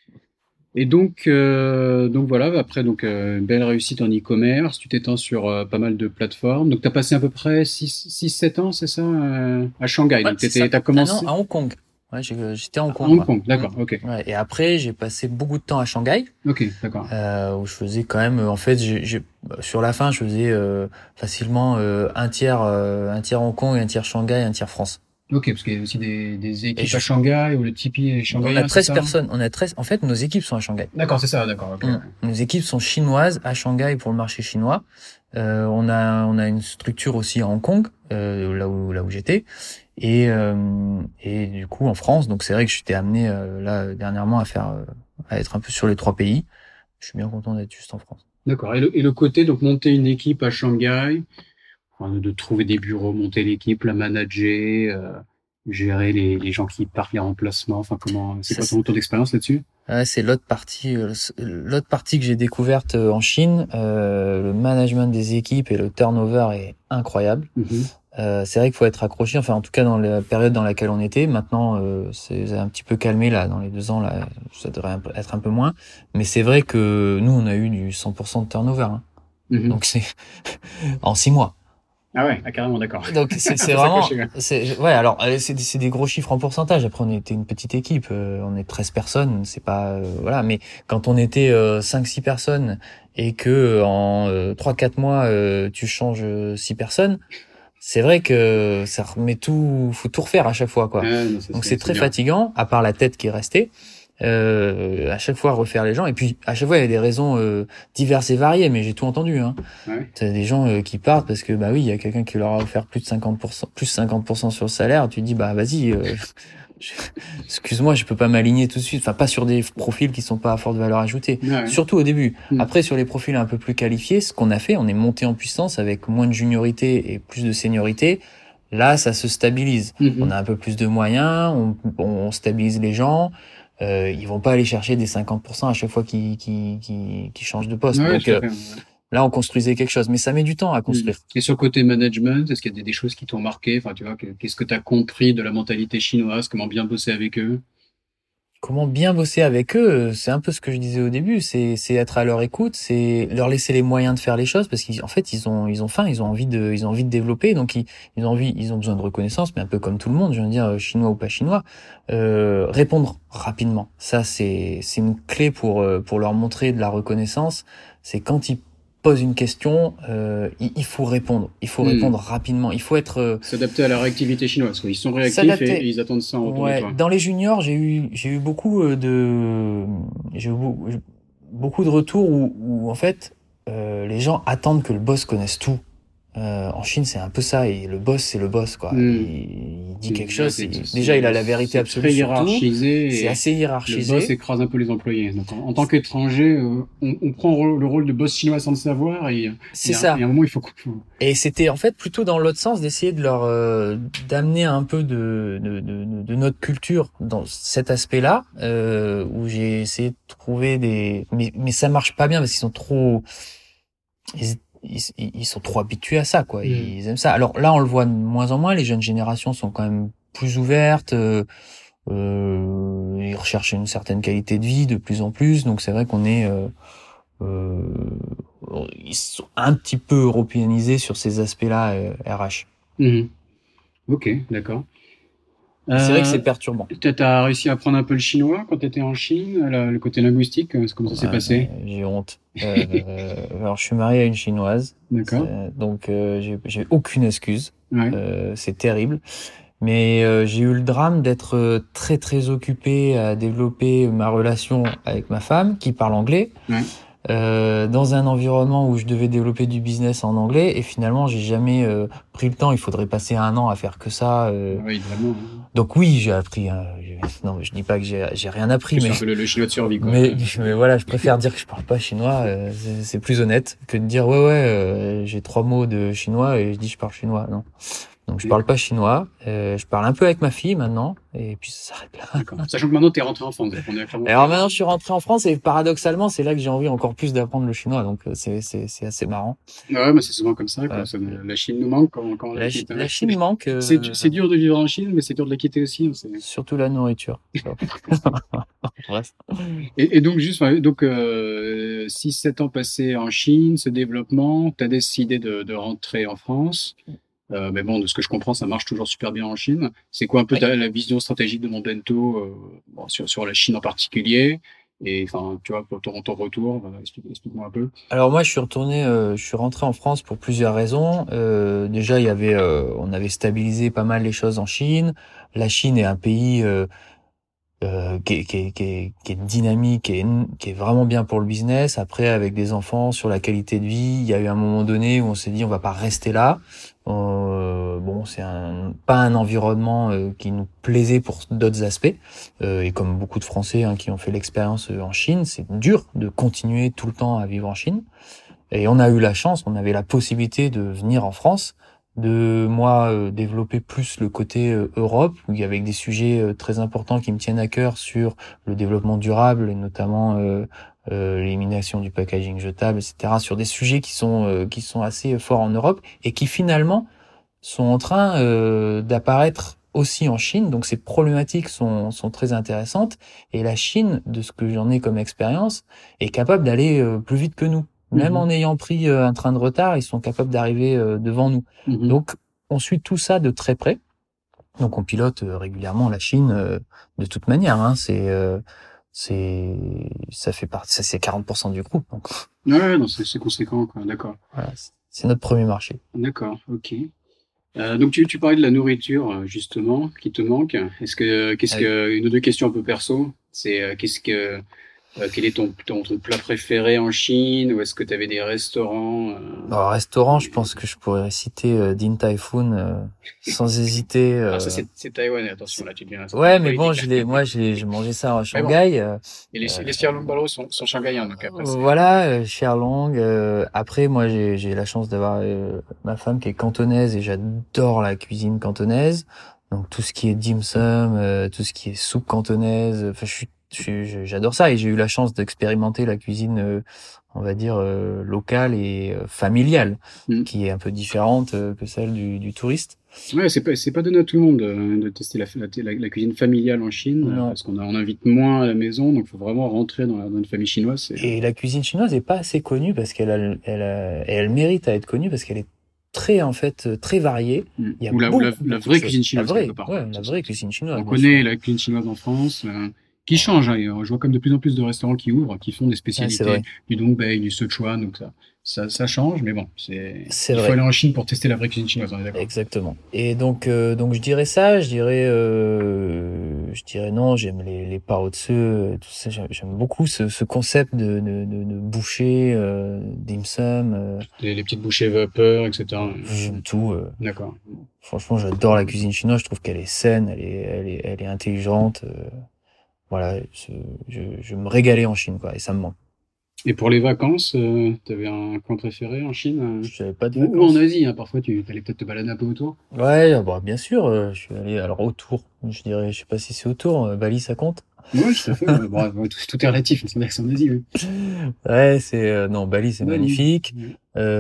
Et donc, euh, donc voilà, après, donc, euh, belle réussite en e-commerce, tu t'étends sur euh, pas mal de plateformes. Donc, tu as passé à peu près six sept ans, c'est ça, euh, à Shanghai. Ouais, donc, c'est tu ça. as commencé Ah non, à Hong Kong. Ouais, j'ai- j'étais à Hong à Kong. Hong ouais. Kong, d'accord, Mm. ok. Ouais, et après, j'ai passé beaucoup de temps à Shanghai. Ok, d'accord. Euh, où je faisais quand même, en fait, j'ai, j'ai- sur la fin, je faisais euh, facilement euh, un tiers, euh, un tiers Hong Kong, un tiers Shanghai, un tiers France. Ok, parce qu'il y a aussi des, des équipes je- à Shanghai où le Tipeee est On Shanghai. a treize personnes, on a treize. En fait, nos équipes sont à Shanghai. D'accord, c'est ça, d'accord. ok. Mm. Nos équipes sont chinoises à Shanghai pour le marché chinois. Euh, on a, on a une structure aussi à Hong Kong, euh, là où, là où j'étais, et euh, et du coup en France. Donc c'est vrai que j'étais amené euh, là dernièrement à faire, euh, à être un peu sur les trois pays. Je suis bien content d'être juste en France. D'accord. Et le, et le côté, donc, monter une équipe à Shanghai, enfin, de, de trouver des bureaux, monter l'équipe, la manager, euh, gérer les, les gens qui partent, les remplacements, enfin, comment, c'est Ça, quoi ton retour d'expérience là-dessus? Ouais, c'est l'autre partie, euh, l'autre partie que j'ai découverte euh, en Chine. Euh, le management des équipes et le turnover est incroyable. Mhm. Euh, c'est vrai qu'il faut être accroché. Enfin, en tout cas, dans la période dans laquelle on était. Maintenant, euh, c'est un petit peu calmé là. Dans les deux ans, là, ça devrait un peu- être un peu moins. Mais c'est vrai que nous, on a eu du cent pour cent de turnover. Hein. Mm-hmm. Donc c'est en six mois. Ah ouais, ah, carrément, d'accord. Donc c'est, c'est vraiment, c'est, ouais, alors c'est, c'est des gros chiffres en pourcentage. Après, on était une petite équipe, euh, on est treize personnes, c'est pas, euh, voilà. Mais quand on était euh, cinq six personnes et que en euh, trois quatre mois euh, tu changes six personnes, c'est vrai que ça remet tout, faut tout refaire à chaque fois, quoi. Ah, non, c'est, Donc c'est, c'est c'est très bien. fatigant, à part la tête qui est restée. Euh, à chaque fois refaire les gens, et puis à chaque fois il y a des raisons euh, diverses et variées, mais j'ai tout entendu, hein. Ouais. T'as des gens euh, qui partent parce que bah oui, il y a quelqu'un qui leur a offert plus de cinquante pour cent, plus cinquante pour cent sur le salaire. Tu te dis bah vas-y, euh, je, excuse-moi, je peux pas m'aligner tout de suite. Enfin, pas sur des profils qui sont pas à forte valeur ajoutée. Ouais. Surtout au début. Mm. Après, sur les profils un peu plus qualifiés, ce qu'on a fait, on est monté en puissance avec moins de juniorité et plus de seniorité. Là, ça se stabilise. Mm-hmm. On a un peu plus de moyens, on, on stabilise les gens. Euh, ils vont pas aller chercher des cinquante pour cent à chaque fois qu'ils, qu'ils, qu'ils, qu'ils changent de poste. Ouais, Donc euh, ouais. là, on construisait quelque chose, mais ça met du temps à construire. Et sur le côté management, est-ce qu'il y a des, des choses qui t'ont marqué? Enfin, tu vois, qu'est-ce que tu as compris de la mentalité chinoise? Comment bien bosser avec eux? Comment bien bosser avec eux? C'est un peu ce que je disais au début. C'est, c'est être à leur écoute, c'est leur laisser les moyens de faire les choses parce qu'en fait, ils ont, ils ont faim, ils ont envie de, ils ont envie de développer. Donc, ils, ils ont envie, ils ont besoin de reconnaissance, mais un peu comme tout le monde, je veux dire, chinois ou pas chinois, euh, répondre rapidement. Ça, c'est, c'est une clé pour, pour leur montrer de la reconnaissance. C'est quand ils pose une question, euh, il, il faut répondre. Il faut mmh. répondre rapidement. Il faut être euh, s'adapter à la réactivité chinoise. Ils sont réactifs et, et ils attendent ça en retour ouais. de toi. Dans les juniors, j'ai eu j'ai eu beaucoup de j'ai eu beaucoup de retours où, où en fait euh, les gens attendent que le boss connaisse tout. Euh, en Chine, c'est un peu ça. Et le boss, c'est le boss, quoi. Mmh. Il, il dit quelque chose. C'est, c'est, déjà, il a la vérité absolue. C'est très hiérarchisé. C'est assez hiérarchisé. Le boss écrase un peu les employés. Donc, en, en tant qu'étranger, euh, on, on prend le rôle de boss chinois sans le savoir. Et, c'est et ça. À, et à un moment, il faut. Et c'était en fait plutôt dans l'autre sens d'essayer de leur euh, d'amener un peu de, de, de, de notre culture dans cet aspect-là, euh, où j'ai essayé de trouver des. Mais, mais ça marche pas bien parce qu'ils sont trop. Ils, Ils, ils sont trop habitués à ça, quoi. Ils mmh. aiment ça. Alors là, on le voit de moins en moins. Les jeunes générations sont quand même plus ouvertes. Euh, euh, ils recherchent une certaine qualité de vie de plus en plus. Donc c'est vrai qu'on est, euh, euh, ils sont un petit peu européanisés sur ces aspects-là, euh, R H. Mmh. Ok, d'accord. C'est euh, vrai que c'est perturbant. T'as réussi à apprendre un peu le chinois quand t'étais en Chine, le côté linguistique, comment ça s'est ouais, passé? euh, J'ai honte. Euh, alors, je suis marié à une chinoise. D'accord. Donc, euh, j'ai, j'ai aucune excuse. Ouais. Euh, c'est terrible. Mais euh, j'ai eu le drame d'être très, très occupé à développer ma relation avec ma femme, qui parle anglais. Ouais. Euh, dans un environnement où je devais développer du business en anglais et finalement j'ai jamais euh, pris le temps. Il faudrait passer un an à faire que ça. Euh... Oui, vraiment. Donc oui, j'ai appris. Hein. Non, je dis pas que j'ai, j'ai rien appris, c'est mais un peu le, le chinois de survie, quoi. Mais, mais voilà, je préfère dire que je parle pas chinois. Euh, c'est, c'est plus honnête que de dire ouais ouais, euh, j'ai trois mots de chinois et je dis je parle chinois. Non. Donc je parle pas chinois, euh, je parle un peu avec ma fille maintenant, et puis ça s'arrête là. D'accord. Sachant que maintenant t'es rentré en France. On est Alors maintenant je suis rentré en France et paradoxalement c'est là que j'ai envie encore plus d'apprendre le chinois, donc c'est c'est c'est assez marrant. Ouais, mais c'est souvent comme ça. Quoi. Ouais. Ça la Chine nous manque quand, quand on la, la quitte. La Chine manque. Euh... C'est, c'est dur de vivre en Chine, mais c'est dur de la quitter aussi. C'est... Surtout la nourriture. et, et donc juste, donc euh, six sept ans passés en Chine, ce développement, t'as décidé de, de rentrer en France. Euh, mais bon, de ce que je comprends, ça marche toujours super bien en Chine. C'est quoi un peu oui. ta, la vision stratégique de mon bento euh, bon, sur, sur la Chine en particulier? Et enfin, tu vois, pour ton, ton retour, bah, explique, explique-moi un peu. Alors moi, je suis retourné, euh, je suis rentré en France pour plusieurs raisons. Euh, déjà, il y avait, euh, on avait stabilisé pas mal les choses en Chine. La Chine est un pays euh, Euh, qui, est, qui, est, qui, est, qui est dynamique, qui est, qui est vraiment bien pour le business. Après, avec des enfants, sur la qualité de vie, il y a eu un moment donné où on s'est dit on va pas rester là. Euh, bon, c'est un, pas un environnement euh, qui nous plaisait pour d'autres aspects. Euh, et comme beaucoup de Français hein, qui ont fait l'expérience en Chine, c'est dur de continuer tout le temps à vivre en Chine. Et on a eu la chance, on avait la possibilité de venir en France, de moi euh, développer plus le côté euh, Europe, où il y avait des sujets euh, très importants qui me tiennent à cœur sur le développement durable et notamment euh, euh, l'élimination du packaging jetable, et cetera. Sur des sujets qui sont euh, qui sont assez forts en Europe et qui finalement sont en train euh, d'apparaître aussi en Chine. Donc ces problématiques sont sont très intéressantes et la Chine, de ce que j'en ai comme expérience, est capable d'aller euh, plus vite que nous. Même Mhm. en ayant pris euh, un train de retard, ils sont capables d'arriver euh, devant nous. Mhm. Donc, on suit tout ça de très près. Donc, on pilote euh, régulièrement la Chine euh, de toute manière. Hein. C'est, euh, c'est, ça fait partie, ça c'est quarante pour cent du groupe. Donc, Ouais, ouais, non, c'est c'est conséquent, quoi. D'accord. voilà, c'est c'est notre premier marché. D'accord, ok. Euh, donc tu, tu parlais de la nourriture euh, justement qui te manque. Est-ce que qu'est-ce Avec- que une ou deux questions un peu perso, c'est euh, qu'est-ce que euh, quel est ton, ton ton plat préféré en Chine ou est-ce que tu avais des restaurants euh, Alors, restaurant, je pense que je pourrais citer euh, Din Tai Fun euh, sans hésiter. Ah ça euh, c'est c'est taïwanais, attention c'est- là tu deviens ça Ouais, devient mais bon, politique je là. l'ai, moi, j'ai, j'ai mangé ça à Mais bon, Shanghai. euh, et les euh, les xiaolong bao sont sont shanghaïens donc après c'est Voilà, euh, Sherlong. Euh, après, moi, j'ai j'ai la chance d'avoir euh, ma femme qui est cantonaise et j'adore la cuisine cantonaise. Donc tout ce qui est dim sum, euh, tout ce qui est soupe cantonaise. Enfin, je suis, je suis- je- j'adore ça et j'ai eu la chance d'expérimenter la cuisine, euh, on va dire euh, locale et euh, familiale, Mm. qui est un peu différente euh, que celle du, du touriste. Ouais, c'est pas c'est pas donné à tout le monde euh, de tester la, la, la, la cuisine familiale en Chine euh, Non. parce qu'on a, on invite moins à la maison donc faut vraiment rentrer dans, la, dans une famille chinoise. C'est Et la cuisine chinoise est pas assez connue parce qu'elle a, elle a, et elle mérite à être connue parce qu'elle est très, en fait, très variée. Mm. Il y a Ou la, ou la, beaucoup, la beaucoup de vraie choses. cuisine La chinoise quelque vraie, part. ouais, Quoi. la C'est ça. vraie cuisine chinoise, On bien sûr. connaît la cuisine chinoise en France, euh, qui change. Hein, et, euh, je vois comme de plus en plus de restaurants qui ouvrent, qui font des Ouais, c'est spécialités vrai. du dongbei, du Sichuan, donc ça, ça, ça change. Mais bon, c'est, C'est il faut vrai. aller en Chine pour tester la vraie cuisine chinoise. On est d'accord. Exactement. Et donc, euh, donc je dirais ça, je dirais, euh, je dirais non, j'aime les, les pao de tout ça, j'aime, j'aime beaucoup ce, ce concept de, de, de, de boucher, euh, dim sum, euh, Les, les petites bouchées vapeur, et cetera. j'aime tout. euh. D'accord. Franchement, j'adore la cuisine chinoise, je trouve qu'elle est saine, elle est, elle est, elle est intelligente. euh. Voilà, je, je, je me régalais en Chine, quoi, et ça me manque. Et pour les vacances, euh, t'avais un coin préféré en Chine euh, J'avais pas de ou, ou en vacances. Asie, hein, parfois tu allais peut-être te balader un peu autour. Ouais, ah bah, bien sûr, euh, je suis allé, alors autour, je dirais, je sais pas si c'est autour, euh, Bali, ça compte? Oui, tout à fait. Ouais, bon, ouais, tout, tout est relatif. C'est vrai que c'est en Asie. Oui. Ouais, c'est, euh, non, Bali, c'est Bali. magnifique. Ouais.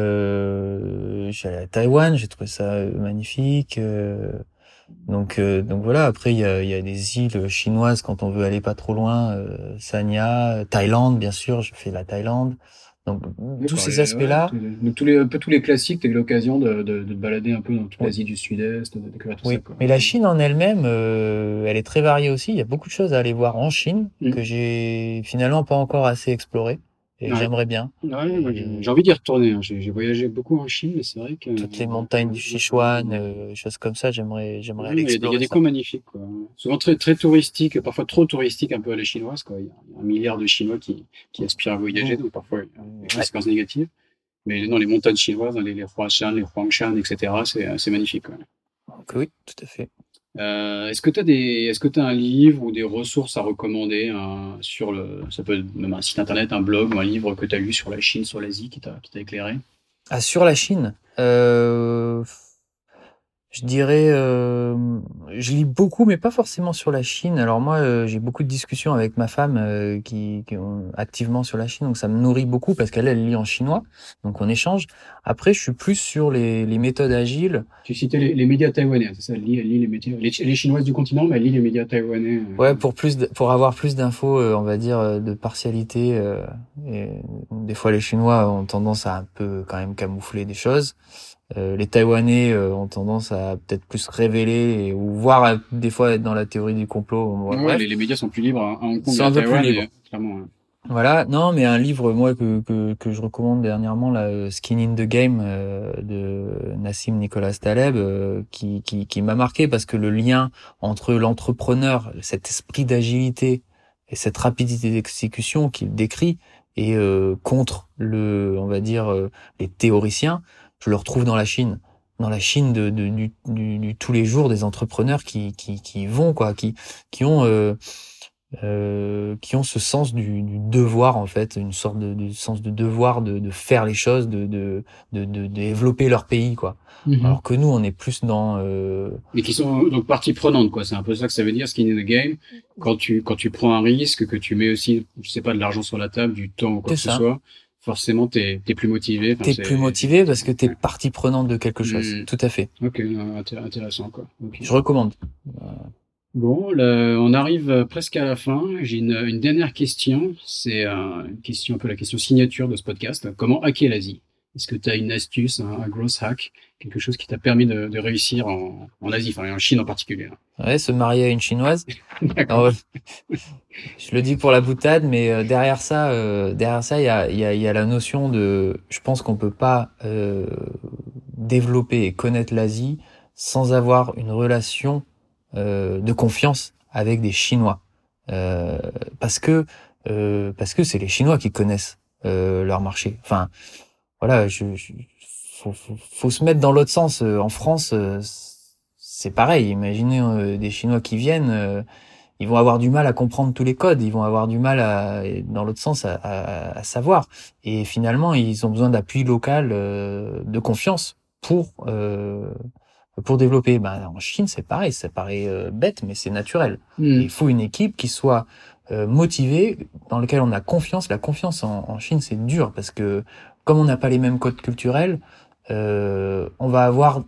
Euh, je suis allé à Taïwan, j'ai trouvé ça euh, magnifique. euh, donc, euh, donc voilà, après, il y a, il y a des îles chinoises quand on veut aller pas trop loin, euh, Sanya, Thaïlande, bien sûr, j'ai fait la Thaïlande. Donc, tous D'accord, ces les- ouais, aspects-là, tous les- donc tous les, un peu tous les classiques, tu as eu l'occasion de, de, de te balader un peu dans toute ouais. l'Asie du Sud-Est, de découvrir tout ça, Oui, quoi. mais la Chine en elle-même, euh, elle est très variée aussi. Il y a beaucoup de choses à aller voir en Chine Mm. que j'ai finalement pas encore assez exploré et Ouais. j'aimerais bien. Ouais, moi, j'ai Et j'ai envie d'y retourner. hein. J'ai j'ai voyagé beaucoup en Chine, mais c'est vrai que toutes les euh, montagnes du Sichuan, euh, choses comme ça, j'aimerais, j'aimerais ouais, aller mais il y a des, il y a explorer des ça. coins magnifiques, quoi. Souvent très, très touristiques, parfois trop touristiques, un peu à la chinoise, quoi. Il y a un milliard de Chinois qui, qui aspirent à voyager, donc parfois il y a des Ouais. conséquences négatives. Mais non, les montagnes chinoises, hein, les, les Huashan, les Huangshan, et cetera, c'est c'est magnifique, quoi. Donc oui, tout à fait. Euh, est-ce que tu as des, est-ce que tu un livre ou des ressources à recommander hein, sur le, ça peut être même un site internet, un blog ou un livre que tu as lu sur la Chine, sur l'Asie, qui t'a, qui t'a éclairé? Ah, sur la Chine, euh, je dirais, euh, je lis beaucoup, mais pas forcément sur la Chine. Alors moi, euh, j'ai beaucoup de discussions avec ma femme euh, qui, qui ont activement sur la Chine, donc ça me nourrit beaucoup parce qu'elle, elle lit en chinois, donc on échange. Après, je suis plus sur les, les méthodes agiles. Tu citais les, les médias taïwanais, c'est ça, elle lit, elle lit les médias, les, les chinoises du continent, mais elle lit les médias taïwanais. euh. Ouais, pour plus, de- pour avoir plus d'infos, euh, on va dire, euh, de partialité. euh, et des fois, les Chinois ont tendance à un peu quand même camoufler des choses. Euh, les Taïwanais euh, ont tendance à peut-être plus révéler et, ou voir euh, des fois être dans la théorie du complot. Ouais, Ouais, bref, les, les médias sont plus libres à à Hong ils Kong et sont à un peu plus Taïwan, libres. et, clairement. hein. Voilà, non, mais un livre moi que que que je recommande dernièrement, là, euh, Skin in the Game euh, de Nassim Nicolas Taleb, euh, qui qui qui m'a marqué parce que le lien entre l'entrepreneur, cet esprit d'agilité et cette rapidité d'exécution qu'il décrit et euh, contre le, on va dire, euh, les théoriciens, je le retrouve dans la Chine. Dans la Chine de, de du, du, du tous les jours des entrepreneurs qui qui qui vont quoi, qui qui ont euh, euh, qui ont ce sens du, du devoir en fait, une sorte de, de sens de devoir de, de faire les choses, de, de, de, de développer leur pays quoi. Mhm. Alors que nous on est plus dans euh... Et qui sont donc partie prenante, quoi. C'est un peu ça que ça veut dire, skin in the game. Quand tu, quand tu prends un risque, que tu mets aussi, je sais pas, de l'argent sur la table, du temps ou quoi c'est que ce ça. soit, forcément, t'es, t'es plus motivé. Enfin, T'es c'est- plus motivé parce que t'es Ouais. partie prenante de quelque chose. Mhm. Tout à fait. Ok, non, intér- intéressant, quoi. Ok. Je recommande. Bon, là, on arrive presque à la fin. J'ai une, une dernière question. C'est euh, une question, un peu la question signature de ce podcast. Comment hacker l'Asie? Est-ce que tu as une astuce, un, un gros hack, quelque chose qui t'a permis de, de réussir en, en Asie, enfin en Chine en particulier? Ouais, se marier à une chinoise. D'accord. Alors, je le dis pour la boutade, mais euh, derrière ça, euh, derrière ça, il y a, il y a, il y a la notion de, je pense qu'on peut pas euh, développer et connaître l'Asie sans avoir une relation euh, de confiance avec des Chinois, euh, parce que euh, parce que c'est les Chinois qui connaissent euh, leur marché. Enfin, voilà, je, je faut, faut, faut se mettre dans l'autre sens. Euh, En France, euh, c'est pareil. Imaginez euh, des Chinois qui viennent. Euh, ils vont avoir du mal à comprendre tous les codes, ils vont avoir du mal à, dans l'autre sens, à, à, à savoir. Et finalement, ils ont besoin d'appui local, euh, de confiance pour euh, pour développer. Ben, en Chine, c'est pareil, ça paraît euh, bête, mais c'est naturel. Et Hmm. il faut une équipe qui soit euh, motivée, dans laquelle on a confiance. La confiance en, en Chine, c'est dur parce que comme on n'a pas les mêmes codes culturels, euh, on va avoir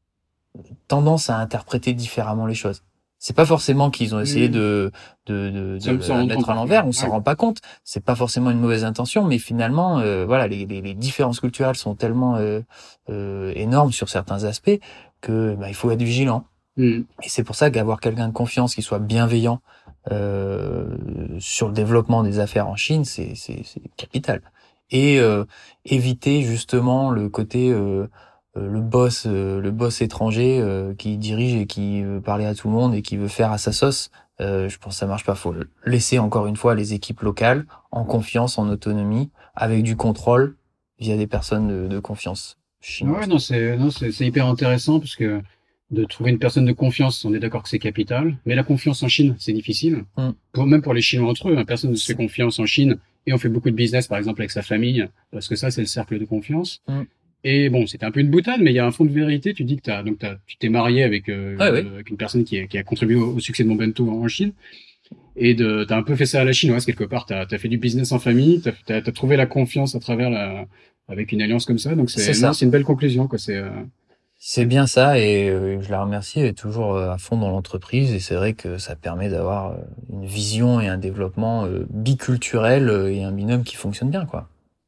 tendance à interpréter différemment les choses. C'est pas forcément qu'ils ont essayé Hmm. de de de, Ça de me s'en la rend mettre compte. à l'envers, on s'en Ouais. rend pas compte. C'est pas forcément une mauvaise intention, mais finalement, euh, voilà, les, les, les différences culturelles sont tellement euh, euh, énormes sur certains aspects que bah, il faut être vigilant. Hmm. Et c'est pour ça qu'avoir quelqu'un de confiance qui soit bienveillant euh, sur le développement des affaires en Chine, c'est c'est c'est capital. Et euh, éviter justement le côté euh, euh, le boss euh, le boss étranger euh, qui dirige et qui veut parler à tout le monde et qui veut faire à sa sauce. Euh, je pense que ça marche pas. Faut laisser encore une fois les équipes locales en confiance, en autonomie, avec du contrôle via des personnes de, de confiance Ouais, chinoises. non, c'est non, c'est c'est hyper intéressant parce que de trouver une personne de confiance, on est d'accord que c'est capital, mais la confiance en Chine, c'est difficile. Mm. Pour, même pour les Chinois entre eux, hein, personne ne se fait C'est- confiance en Chine et on fait beaucoup de business, par exemple, avec sa famille, parce que ça, c'est le cercle de confiance. Mm. Et bon, c'était un peu une boutade, mais il y a un fond de vérité. Tu dis que t'as, donc t'as, tu t'es marié avec, Ouais, ouais. euh, avec une personne qui, a- qui a contribué au, au succès de mon bento en Chine. Et de, t'as un peu fait ça à la chinoise quelque part. T'as, t'as fait du business en famille. T'as, t'as, t'as trouvé la confiance à travers la, avec une alliance comme ça. Donc C'est c'est, non, ça. c'est une belle conclusion, quoi. C'est, euh, C'est bien ça et euh, je la remercie. Elle est toujours euh, à fond dans l'entreprise et c'est vrai que ça permet d'avoir euh, une vision et un développement euh, biculturel euh, et un binôme qui fonctionne bien, quoi.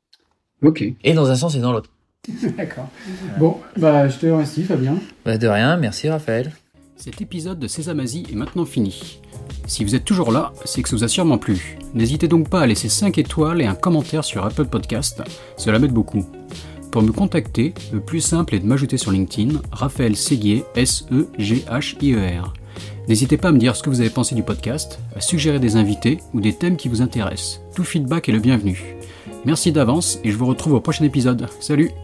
ok. Et dans un sens et dans l'autre. D'accord. Bon, bah, je te remercie, Fabien. Bah de rien, merci Raphaël. Cet épisode de Sésame Asie est maintenant fini. Si vous êtes toujours là, c'est que ça vous a sûrement plu. N'hésitez donc pas à laisser cinq étoiles et un commentaire sur Apple Podcast, cela m'aide beaucoup. Pour me contacter, le plus simple est de m'ajouter sur LinkedIn, Raphaël Séguier, S E G H I E R. N'hésitez pas à me dire ce que vous avez pensé du podcast, à suggérer des invités ou des thèmes qui vous intéressent. Tout feedback est le bienvenu. Merci d'avance et je vous retrouve au prochain épisode. Salut!